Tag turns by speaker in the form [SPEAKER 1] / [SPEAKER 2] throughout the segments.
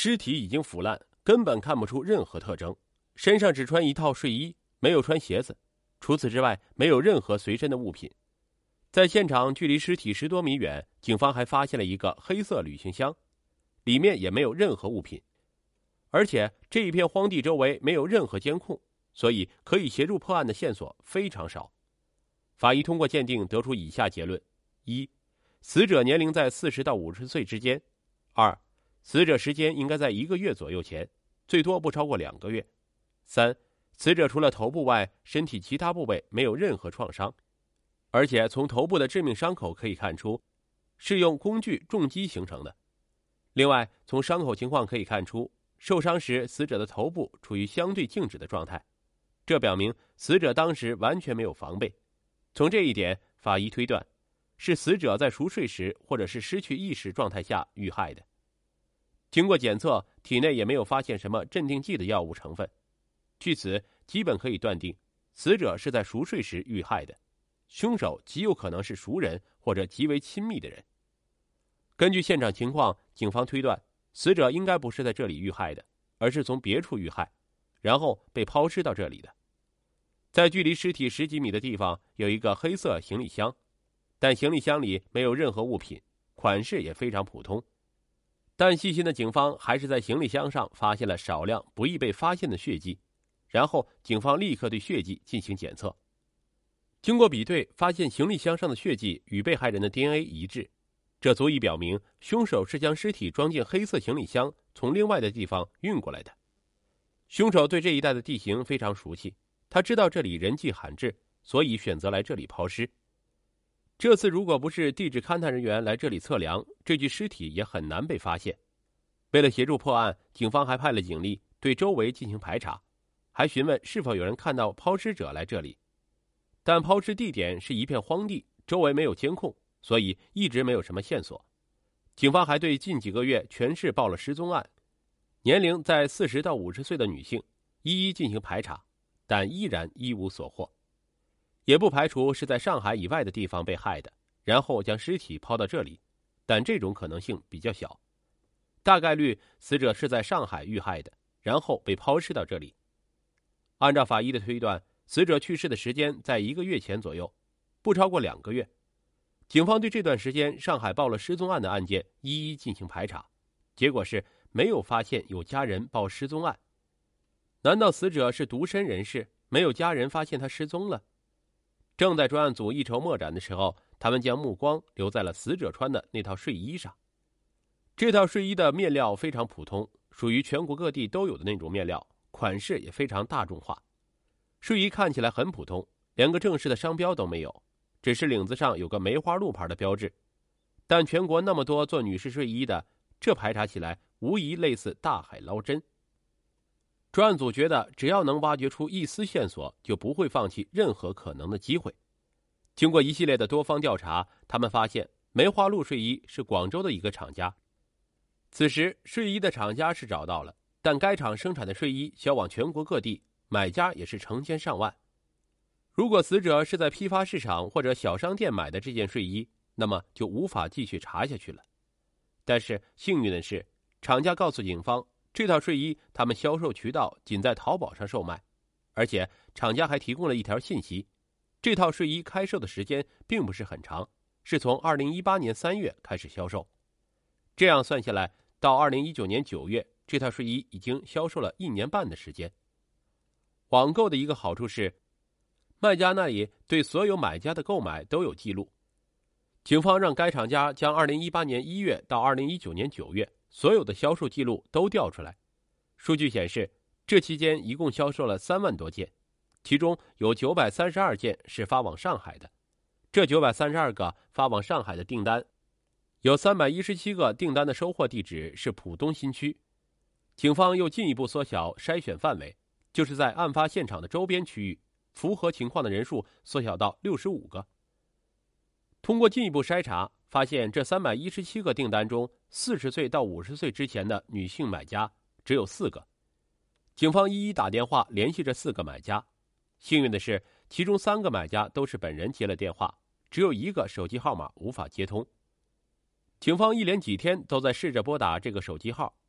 [SPEAKER 1] 尸体已经腐烂，根本看不出任何特征，身上只穿一套睡衣，没有穿鞋子，除此之外没有任何随身的物品。在现场距离尸体10多米远，警方还发现了一个黑色旅行箱，里面也没有任何物品。而且这一片荒地周围没有任何监控，所以可以协助破案的线索非常少。法医通过鉴定得出以下结论：一、死者年龄在40到50岁之间；二、死者时间应该在1个月左右前，最多不超过2个月；三、死者除了头部外，身体其他部位没有任何创伤，而且从头部的致命伤口可以看出，是用工具重击形成的。另外，从伤口情况可以看出，受伤时死者的头部处于相对静止的状态，这表明死者当时完全没有防备。从这一点，法医推断，是死者在熟睡时或者是失去意识状态下遇害的。经过检测，体内也没有发现什么镇定剂的药物成分，据此基本可以断定，死者是在熟睡时遇害的，凶手极有可能是熟人或者极为亲密的人。根据现场情况，警方推断，死者应该不是在这里遇害的，而是从别处遇害，然后被抛尸到这里的。在距离尸体10几米的地方有一个黑色行李箱，但行李箱里没有任何物品，款式也非常普通。但细心的警方还是在行李箱上发现了少量不易被发现的血迹，然后警方立刻对血迹进行检测。经过比对，发现行李箱上的血迹与被害人的 DNA 一致，这足以表明凶手是将尸体装进黑色行李箱从另外的地方运过来的。凶手对这一带的地形非常熟悉，他知道这里人迹罕至，所以选择来这里抛尸。这次如果不是地质勘探人员来这里测量，这具尸体也很难被发现。为了协助破案，警方还派了警力对周围进行排查，还询问是否有人看到抛尸者来这里。但抛尸地点是一片荒地，周围没有监控，所以一直没有什么线索。警方还对近几个月全市报了失踪案，年龄在40到50岁的女性一一进行排查，但依然一无所获。也不排除是在上海以外的地方被害的，然后将尸体抛到这里，但这种可能性比较小。大概率死者是在上海遇害的，然后被抛尸到这里。按照法医的推断，死者去世的时间在1个月前左右，不超过2个月。警方对这段时间上海报了失踪案的案件一一进行排查，结果是没有发现有家人报失踪案。难道死者是独身人士，没有家人发现他失踪了？正在专案组一筹莫展的时候，他们将目光留在了死者穿的那套睡衣上。这套睡衣的面料非常普通，属于全国各地都有的那种面料，款式也非常大众化。睡衣看起来很普通，连个正式的商标都没有，只是领子上有个梅花鹿牌的标志。但全国那么多做女士睡衣的，这排查起来无疑类似大海捞针。专案组觉得只要能挖掘出一丝线索，就不会放弃任何可能的机会。经过一系列的多方调查，他们发现梅花鹿睡衣是广州的一个厂家。此时睡衣的厂家是找到了，但该厂生产的睡衣销往全国各地，买家也是成千上万。如果死者是在批发市场或者小商店买的这件睡衣，那么就无法继续查下去了。但是幸运的是，厂家告诉警方，这套睡衣他们销售渠道仅在淘宝上售卖，而且厂家还提供了一条信息，这套睡衣开售的时间并不是很长，是从2018年3月开始销售。这样算下来，到2019年9月，这套睡衣已经销售了1年半的时间。网购的一个好处是，卖家那里对所有买家的购买都有记录。警方让该厂家将2018年1月到2019年9月所有的销售记录都调出来。数据显示，这期间一共销售了3万多件，其中有932件是发往上海的。这932个发往上海的订单，有317个订单的收货地址是浦东新区。警方又进一步缩小筛选范围，就是在案发现场的周边区域，符合情况的人数缩小到65个。通过进一步筛查，发现这317个订单中，40岁到50岁之前的女性买家只有4个。警方一一打电话联系这4个买家，幸运的是，其中3个买家都是本人接了电话，只有1个手机号码无法接通。警方一连几天都在试着拨打这个手机号，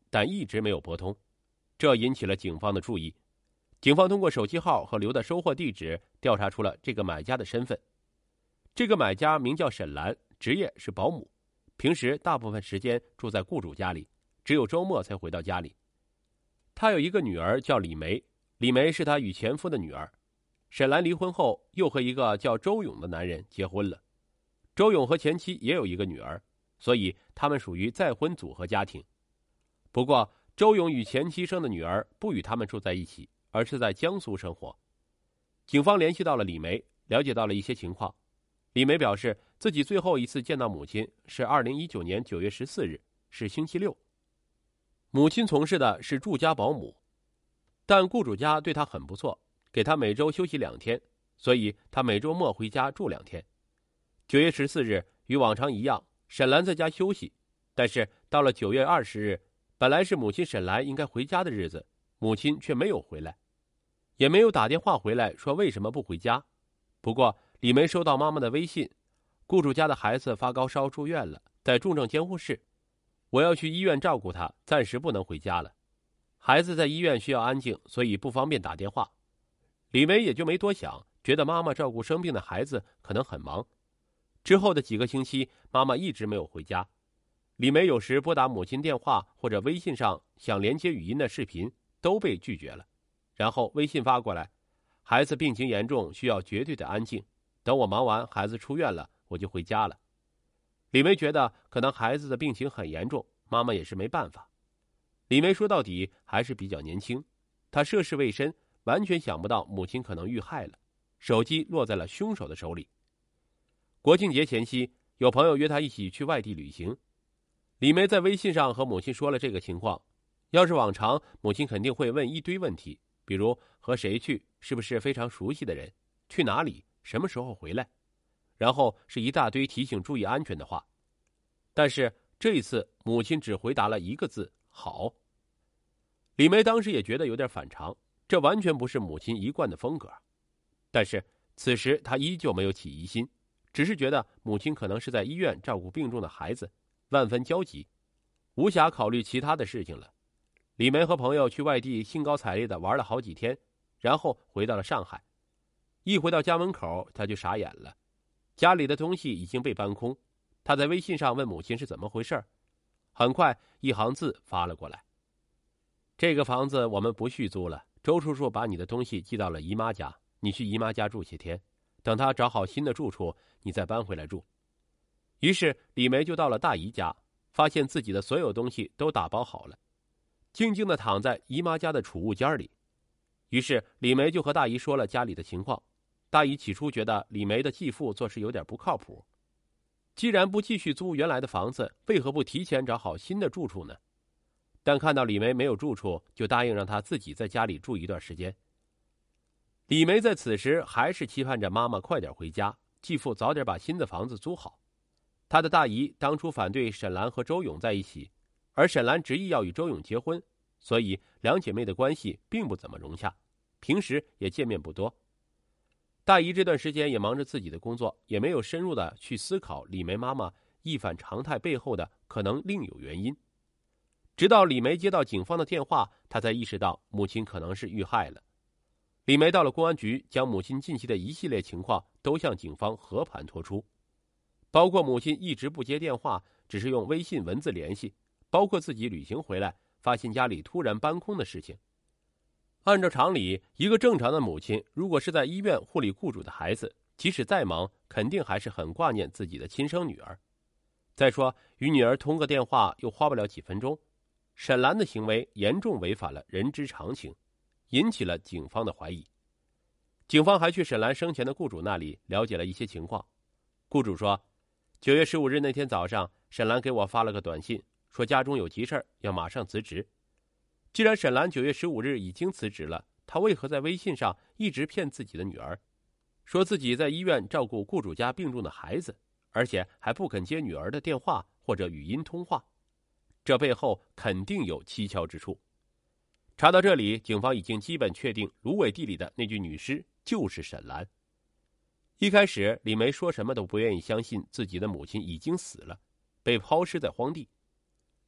[SPEAKER 1] 但一直没有拨通，这引起了警方的注意。警方通过手机号和留的收货地址调查出了这个买家的身份。这个买家名叫沈兰，职业是保姆，平时大部分时间住在雇主家里，只有周末才回到家里。她有一个女儿叫李梅，李梅是她与前夫的女儿。沈兰离婚后又和一个叫周勇的男人结婚了。周勇和前妻也有一个女儿，所以他们属于再婚组合家庭。不过周勇与前妻生的女儿不与他们住在一起，而是在江苏生活。警方联系到了李梅，了解到了一些情况。李梅表示自己最后一次见到母亲是2019年9月14日，是星期六。母亲从事的是住家保姆，但雇主家对她很不错，给她每周休息2天，所以她每周末回家住2天。9月14日与往常一样，沈兰在家休息，但是到了9月20日，本来是母亲沈兰应该回家的日子，母亲却没有回来，也没有打电话回来说为什么不回家。不过李梅收到妈妈的微信，雇主家的孩子发高烧住院了，在重症监护室，我要去医院照顾他，暂时不能回家了。孩子在医院需要安静，所以不方便打电话。李梅也就没多想，觉得妈妈照顾生病的孩子可能很忙。之后的几个星期，妈妈一直没有回家。李梅有时拨打母亲电话或者微信上想连接语音的视频都被拒绝了，然后微信发过来，孩子病情严重，需要绝对的安静，等我忙完孩子出院了，我就回家了。李梅觉得可能孩子的病情很严重，妈妈也是没办法。李梅说到底还是比较年轻，她涉世未深，完全想不到母亲可能遇害了，手机落在了凶手的手里。国庆节前夕，有朋友约她一起去外地旅行。李梅在微信上和母亲说了这个情况，要是往常，母亲肯定会问一堆问题，比如和谁去，是不是非常熟悉的人，去哪里，什么时候回来，然后是一大堆提醒注意安全的话。但是这一次母亲只回答了一个字：好。李梅当时也觉得有点反常，这完全不是母亲一贯的风格。但是此时她依旧没有起疑心，只是觉得母亲可能是在医院照顾病重的孩子，万分焦急，无暇考虑其他的事情了。李梅和朋友去外地兴高采烈地玩了好几天，然后回到了上海。一回到家门口，她就傻眼了，家里的东西已经被搬空。她在微信上问母亲是怎么回事，很快一行字发了过来：这个房子我们不续租了，周叔叔把你的东西寄到了姨妈家，你去姨妈家住些天，等他找好新的住处，你再搬回来住。于是李梅就到了大姨家，发现自己的所有东西都打包好了，静静地躺在姨妈家的储物间里。于是李梅就和大姨说了家里的情况。大姨起初觉得李梅的继父做事有点不靠谱，既然不继续租原来的房子，为何不提前找好新的住处呢？但看到李梅没有住处，就答应让她自己在家里住一段时间。李梅在此时还是期盼着妈妈快点回家，继父早点把新的房子租好。她的大姨当初反对沈兰和周勇在一起，而沈兰执意要与周勇结婚，所以两姐妹的关系并不怎么融洽，平时也见面不多。大姨这段时间也忙着自己的工作，也没有深入的去思考李梅妈妈一反常态背后的可能另有原因。直到李梅接到警方的电话，她才意识到母亲可能是遇害了。李梅到了公安局，将母亲近期的一系列情况都向警方和盘托出，包括母亲一直不接电话，只是用微信文字联系，包括自己旅行回来发现家里突然搬空的事情。按照常理，一个正常的母亲如果是在医院护理雇主的孩子，即使再忙，肯定还是很挂念自己的亲生女儿。再说与女儿通个电话又花不了几分钟，沈兰的行为严重违反了人之常情，引起了警方的怀疑。警方还去沈兰生前的雇主那里了解了一些情况。雇主说，9月15日那天早上，沈兰给我发了个短信，说家中有急事要马上辞职。既然沈兰9月15日已经辞职了，她为何在微信上一直骗自己的女儿，说自己在医院照顾雇主家病重的孩子，而且还不肯接女儿的电话或者语音通话？这背后肯定有蹊跷之处。查到这里，警方已经基本确定芦苇地里的那具女尸就是沈兰。一开始李梅说什么都不愿意相信自己的母亲已经死了，被抛尸在荒地。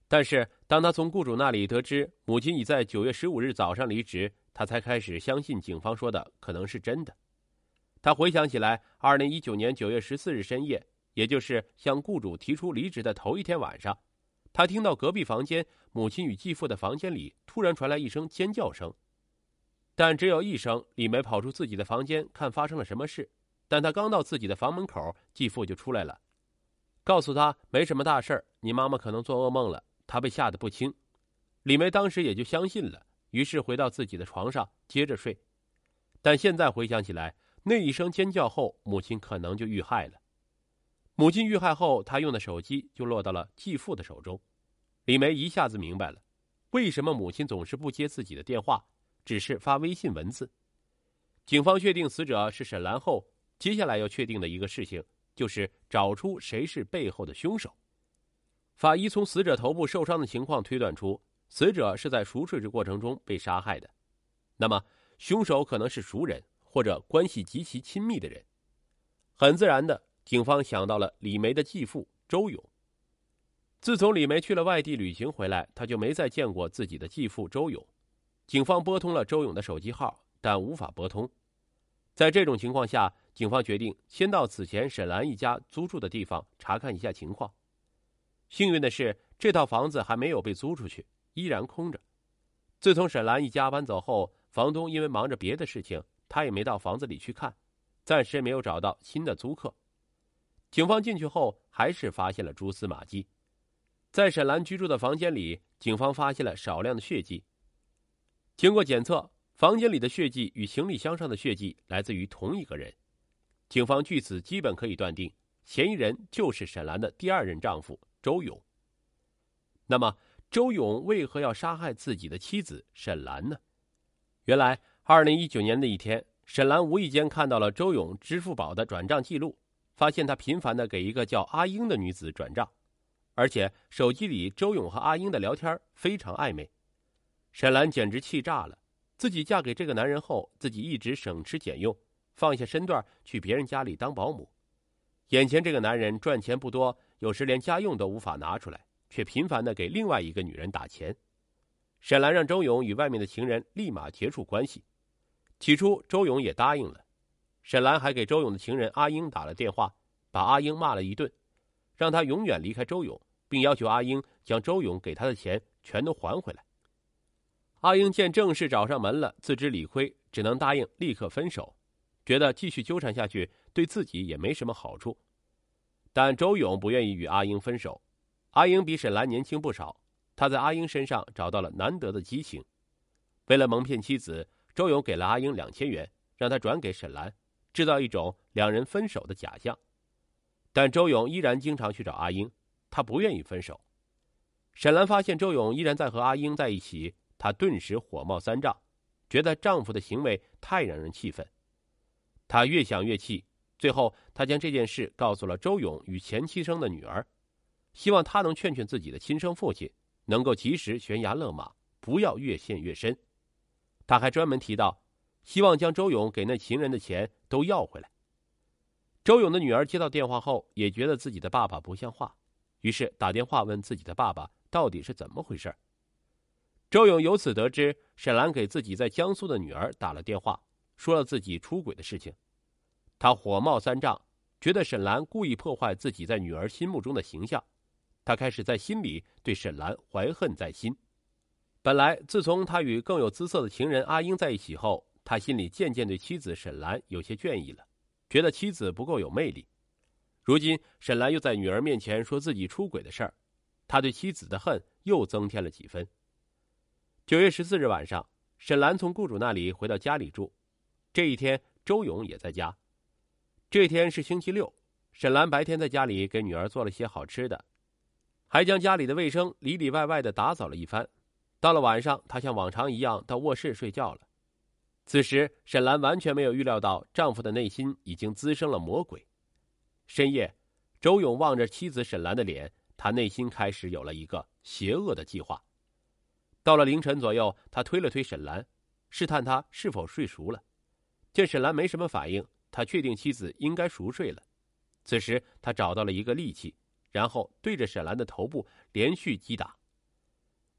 [SPEAKER 1] 但是当他从雇主那里得知母亲已在9月15日早上离职，他才开始相信警方说的可能是真的。他回想起来2019年9月14日深夜，也就是向雇主提出离职的头一天晚上，他听到隔壁房间母亲与继父的房间里突然传来一声尖叫声，但只有一声。李梅跑出自己的房间看发生了什么事，但他刚到自己的房门口，继父就出来了，告诉他没什么大事，你妈妈可能做噩梦了，她被吓得不轻。李梅当时也就相信了，于是回到自己的床上接着睡。但现在回想起来，那一声尖叫后，母亲可能就遇害了。母亲遇害后，她用的手机就落到了继父的手中。李梅一下子明白了，为什么母亲总是不接自己的电话，只是发微信文字。警方确定死者是沈兰后，接下来要确定的一个事情就是找出谁是背后的凶手。法医从死者头部受伤的情况推断出，死者是在熟睡的过程中被杀害的。那么凶手可能是熟人或者关系极其亲密的人。很自然的，警方想到了李梅的继父周勇。自从李梅去了外地旅行回来，他就没再见过自己的继父周勇。警方拨通了周勇的手机号，但无法拨通。在这种情况下，警方决定先到此前沈兰一家租住的地方查看一下情况。幸运的是，这套房子还没有被租出去，依然空着。自从沈兰一家搬走后，房东因为忙着别的事情，他也没到房子里去看，暂时没有找到新的租客。警方进去后，还是发现了蛛丝马迹。在沈兰居住的房间里，警方发现了少量的血迹。经过检测，房间里的血迹与行李箱上的血迹来自于同一个人。警方据此基本可以断定，嫌疑人就是沈兰的第二任丈夫周勇。那么，周勇为何要杀害自己的妻子沈兰呢？原来2019年的一天，沈兰无意间看到了周勇支付宝的转账记录，发现他频繁地给一个叫阿英的女子转账，而且手机里周勇和阿英的聊天非常暧昧。沈兰简直气炸了，自己嫁给这个男人后，自己一直省吃俭用，放下身段去别人家里当保姆。眼前这个男人赚钱不多，有时连家用都无法拿出来，却频繁地给另外一个女人打钱。沈兰让周勇与外面的情人立马结束关系。起初周勇也答应了，沈兰还给周勇的情人阿英打了电话，把阿英骂了一顿，让他永远离开周勇，并要求阿英将周勇给他的钱全都还回来。阿英见正事找上门了，自知理亏，只能答应立刻分手，觉得继续纠缠下去对自己也没什么好处。但周勇不愿意与阿英分手。阿英比沈兰年轻不少，他在阿英身上找到了难得的激情。为了蒙骗妻子，周勇给了阿英2000元，让他转给沈兰，制造一种两人分手的假象。但周勇依然经常去找阿英，他不愿意分手。沈兰发现周勇依然在和阿英在一起，她顿时火冒三丈，觉得丈夫的行为太让人气愤。她越想越气，最后她将这件事告诉了周勇与前妻生的女儿，希望他能劝劝自己的亲生父亲，能够及时悬崖勒马，不要越陷越深。他还专门提到，希望将周勇给那情人的钱都要回来。周勇的女儿接到电话后，也觉得自己的爸爸不像话，于是打电话问自己的爸爸到底是怎么回事。周勇由此得知，沈兰给自己在江苏的女儿打了电话，说了自己出轨的事情。他火冒三丈，觉得沈兰故意破坏自己在女儿心目中的形象。他开始在心里对沈兰怀恨在心。本来自从他与更有姿色的情人阿英在一起后，他心里渐渐对妻子沈兰有些倦意了，觉得妻子不够有魅力。如今沈兰又在女儿面前说自己出轨的事儿，他对妻子的恨又增添了几分。9月14日晚上，沈兰从雇主那里回到家里住。这一天，周勇也在家。这天是星期六，沈兰白天在家里给女儿做了些好吃的，还将家里的卫生里里外外的打扫了一番。到了晚上，她像往常一样到卧室睡觉了。此时，沈兰完全没有预料到丈夫的内心已经滋生了魔鬼。深夜，周勇望着妻子沈兰的脸，他内心开始有了一个邪恶的计划。到了凌晨左右，他推了推沈兰，试探她是否睡熟了。见沈兰没什么反应，他确定妻子应该熟睡了。此时他找到了一个利器，然后对着沈兰的头部连续击打，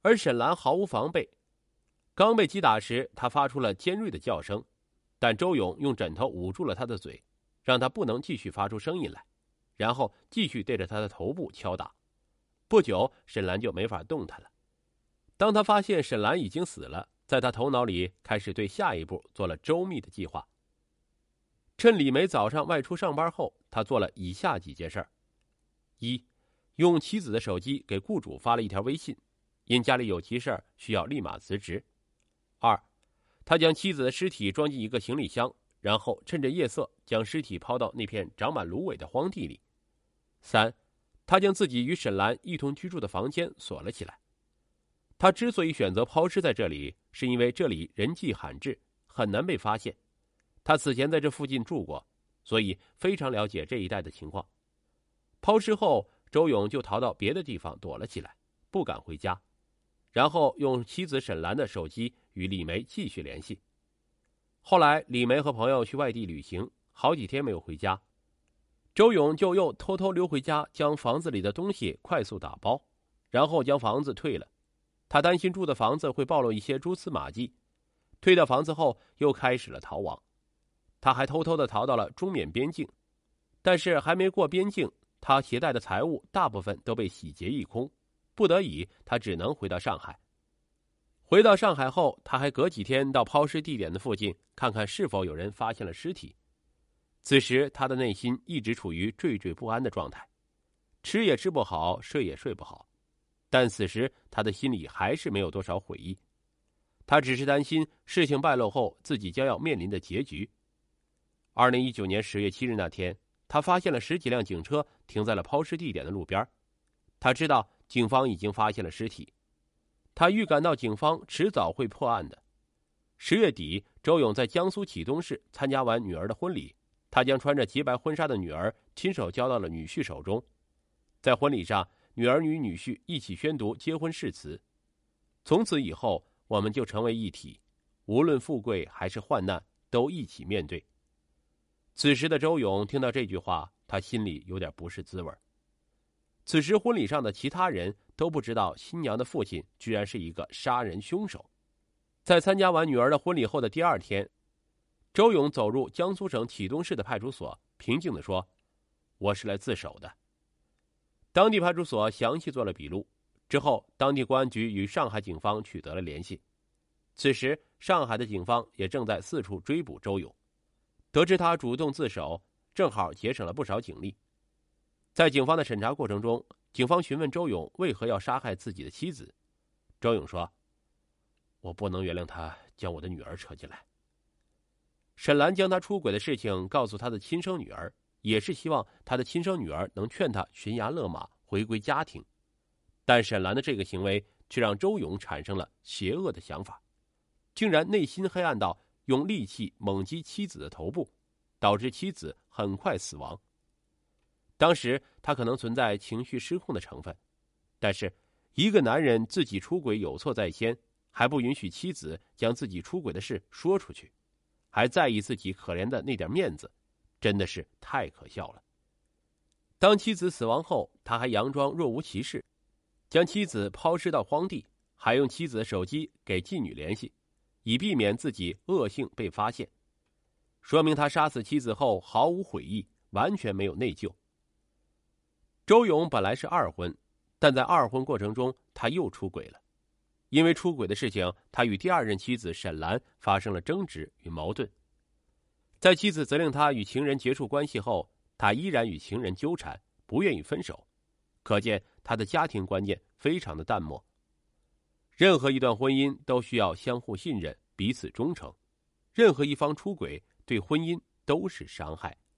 [SPEAKER 1] 而沈兰毫无防备，刚被击打时，他发出了尖锐的叫声，但周勇用枕头捂住了他的嘴，让他不能继续发出声音来，然后继续对着他的头部敲打。不久，沈兰就没法动弹了。当他发现沈兰已经死了，在他头脑里开始对下一步做了周密的计划。趁李梅早上外出上班后，他做了以下几件事：一，用妻子的手机给雇主发了一条微信，因家里有急事需要立马辞职。二，他将妻子的尸体装进一个行李箱，然后趁着夜色将尸体抛到那片长满芦苇的荒地里。三，他将自己与沈兰一同居住的房间锁了起来。他之所以选择抛尸在这里，是因为这里人迹罕至，很难被发现。他此前在这附近住过，所以非常了解这一带的情况。抛尸后，周勇就逃到别的地方躲了起来，不敢回家，然后用妻子沈兰的手机与李梅继续联系。后来李梅和朋友去外地旅行，好几天没有回家，周勇就又偷偷溜回家，将房子里的东西快速打包，然后将房子退了。他担心住的房子会暴露一些蛛丝马迹，退掉房子后又开始了逃亡。他还偷偷地逃到了中缅边境，但是还没过边境，他携带的财物大部分都被洗劫一空，不得已他只能回到上海。回到上海后，他还隔几天到抛尸地点的附近看看是否有人发现了尸体。此时他的内心一直处于惴惴不安的状态，吃也吃不好，睡也睡不好，但此时他的心里还是没有多少悔意，他只是担心事情败露后自己将要面临的结局。2019年10月7日那天，他发现了10几辆警车停在了抛尸地点的路边。他知道警方已经发现了尸体，他预感到警方迟早会破案的。10月底，周勇在江苏启东市参加完女儿的婚礼，他将穿着洁白婚纱的女儿亲手交到了女婿手中。在婚礼上，女儿与女婿一起宣读结婚誓词。从此以后，我们就成为一体，无论富贵还是患难，都一起面对。此时的周勇听到这句话，他心里有点不是滋味。此时婚礼上的其他人都不知道新娘的父亲居然是一个杀人凶手。在参加完女儿的婚礼后的第二天，周勇走入江苏省启东市的派出所，平静地说：“我是来自首的。”当地派出所详细做了笔录，之后当地公安局与上海警方取得了联系。此时上海的警方也正在四处追捕周勇，得知他主动自首，正好节省了不少警力。在警方的审查过程中，警方询问周勇为何要杀害自己的妻子。周勇说：“我不能原谅他将我的女儿扯进来。”沈兰将他出轨的事情告诉他的亲生女儿，也是希望他的亲生女儿能劝他悬崖勒马，回归家庭。但沈兰的这个行为却让周勇产生了邪恶的想法，竟然内心黑暗到用利器猛击妻子的头部，导致妻子很快死亡。当时他可能存在情绪失控的成分，但是一个男人自己出轨有错在先，还不允许妻子将自己出轨的事说出去，还在意自己可怜的那点面子，真的是太可笑了。当妻子死亡后，他还佯装若无其事，将妻子抛尸到荒地，还用妻子的手机给妓女联系，以避免自己恶行被发现，说明他杀死妻子后毫无悔意，完全没有内疚。周勇本来是二婚，但在二婚过程中他又出轨了。因为出轨的事情，他与第二任妻子沈兰发生了争执与矛盾。在妻子责令他与情人结束关系后，他依然与情人纠缠，不愿意分手，可见他的家庭观念非常的淡漠。任何一段婚姻都需要相互信任，彼此忠诚，任何一方出轨对婚姻都是伤害。